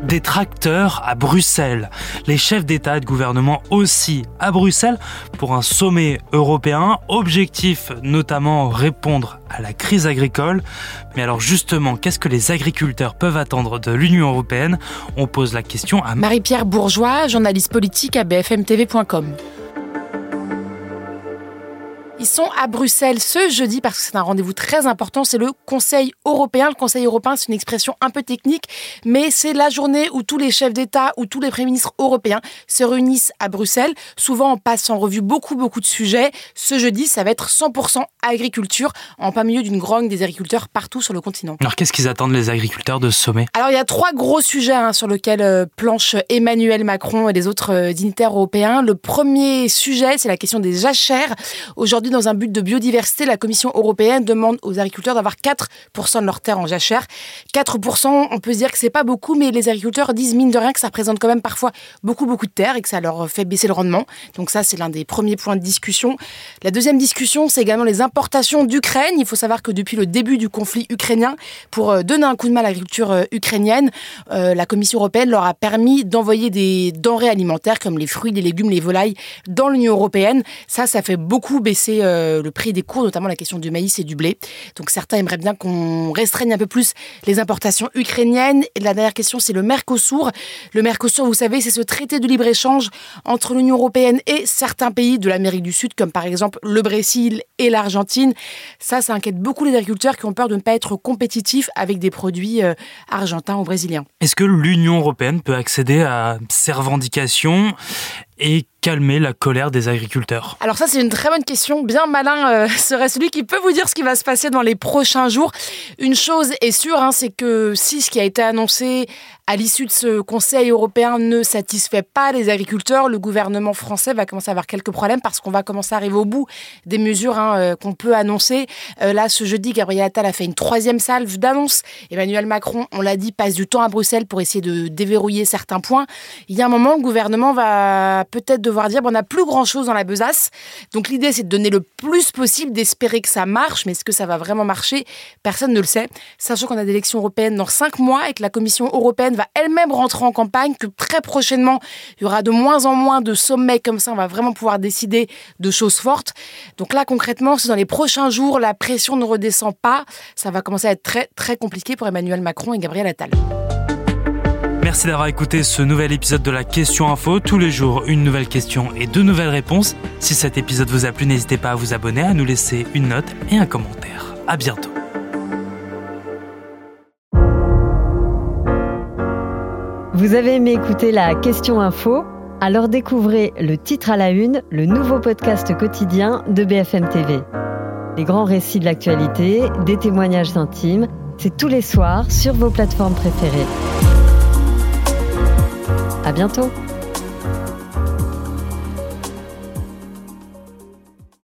des tracteurs à Bruxelles. Les chefs d'État et de gouvernement aussi à Bruxelles pour un sommet européen. Objectif notamment répondre à la crise agricole. Mais alors justement, qu'est-ce que les agriculteurs peuvent attendre de l'Union européenne ? On pose la question à Marie-Pierre Bourgeois, journaliste politique à bfmtv.com. Ils sont à Bruxelles ce jeudi parce que c'est un rendez-vous très important, c'est le Conseil européen. Le Conseil européen, c'est une expression un peu technique, mais c'est la journée où tous les chefs d'État ou tous les premiers ministres européens se réunissent à Bruxelles. Souvent, on passe en revue beaucoup de sujets. Ce jeudi, ça va être 100% agriculture, en plein milieu d'une grogne des agriculteurs partout sur le continent. Alors, qu'est-ce qu'ils attendent les agriculteurs de ce sommet ? Alors, il y a 3 gros sujets sur lesquels planchent Emmanuel Macron et les autres dignitaires européens. Le premier sujet, c'est la question des jachères. Aujourd'hui, dans un but de biodiversité, la Commission européenne demande aux agriculteurs d'avoir 4% de leurs terres en jachère. 4%, on peut se dire que c'est pas beaucoup, mais les agriculteurs disent mine de rien que ça représente quand même parfois beaucoup de terres et que ça leur fait baisser le rendement. Donc ça, c'est l'un des premiers points de discussion. La deuxième discussion, c'est également les importations d'Ukraine. Il faut savoir que depuis le début du conflit ukrainien, pour donner un coup de main à l'agriculture ukrainienne, la Commission européenne leur a permis d'envoyer des denrées alimentaires comme les fruits, les légumes, les volailles dans l'Union européenne. Ça fait beaucoup baisser le prix des cours, notamment la question du maïs et du blé. Donc certains aimeraient bien qu'on restreigne un peu plus les importations ukrainiennes. Et la dernière question, c'est le Mercosur. Le Mercosur, vous savez, c'est ce traité de libre-échange entre l'Union européenne et certains pays de l'Amérique du Sud, comme par exemple le Brésil et l'Argentine. Ça inquiète beaucoup les agriculteurs qui ont peur de ne pas être compétitifs avec des produits argentins ou brésiliens. Est-ce que l'Union européenne peut accéder à ces revendications et calmer la colère des agriculteurs ? Alors ça, c'est une très bonne question. Bien malin serait celui qui peut vous dire ce qui va se passer dans les prochains jours. Une chose est sûre, c'est que si ce qui a été annoncé à l'issue de ce Conseil européen ne satisfait pas les agriculteurs, le gouvernement français va commencer à avoir quelques problèmes parce qu'on va commencer à arriver au bout des mesures qu'on peut annoncer. Là, ce jeudi, Gabriel Attal a fait une 3e salve d'annonces. Emmanuel Macron, on l'a dit, passe du temps à Bruxelles pour essayer de déverrouiller certains points. Il y a un moment, le gouvernement va peut-être devoir dire on n'a plus grand-chose dans la besace. Donc l'idée, c'est de donner le plus possible, d'espérer que ça marche. Mais est-ce que ça va vraiment marcher ? Personne ne le sait. Sachant qu'on a des élections européennes dans 5 mois et que la Commission européenne va elle-même rentrer en campagne, que très prochainement, il y aura de moins en moins de sommets comme ça. On va vraiment pouvoir décider de choses fortes. Donc là, concrètement, si dans les prochains jours, la pression ne redescend pas, ça va commencer à être très, très compliqué pour Emmanuel Macron et Gabriel Attal. Merci d'avoir écouté ce nouvel épisode de la Question Info. Tous les jours, une nouvelle question et 2 nouvelles réponses. Si cet épisode vous a plu, n'hésitez pas à vous abonner, à nous laisser une note et un commentaire. À bientôt. Vous avez aimé écouter la Question Info ? Alors découvrez Le Titre à la Une, le nouveau podcast quotidien de BFM TV. Les grands récits de l'actualité, des témoignages intimes, c'est tous les soirs sur vos plateformes préférées. À bientôt.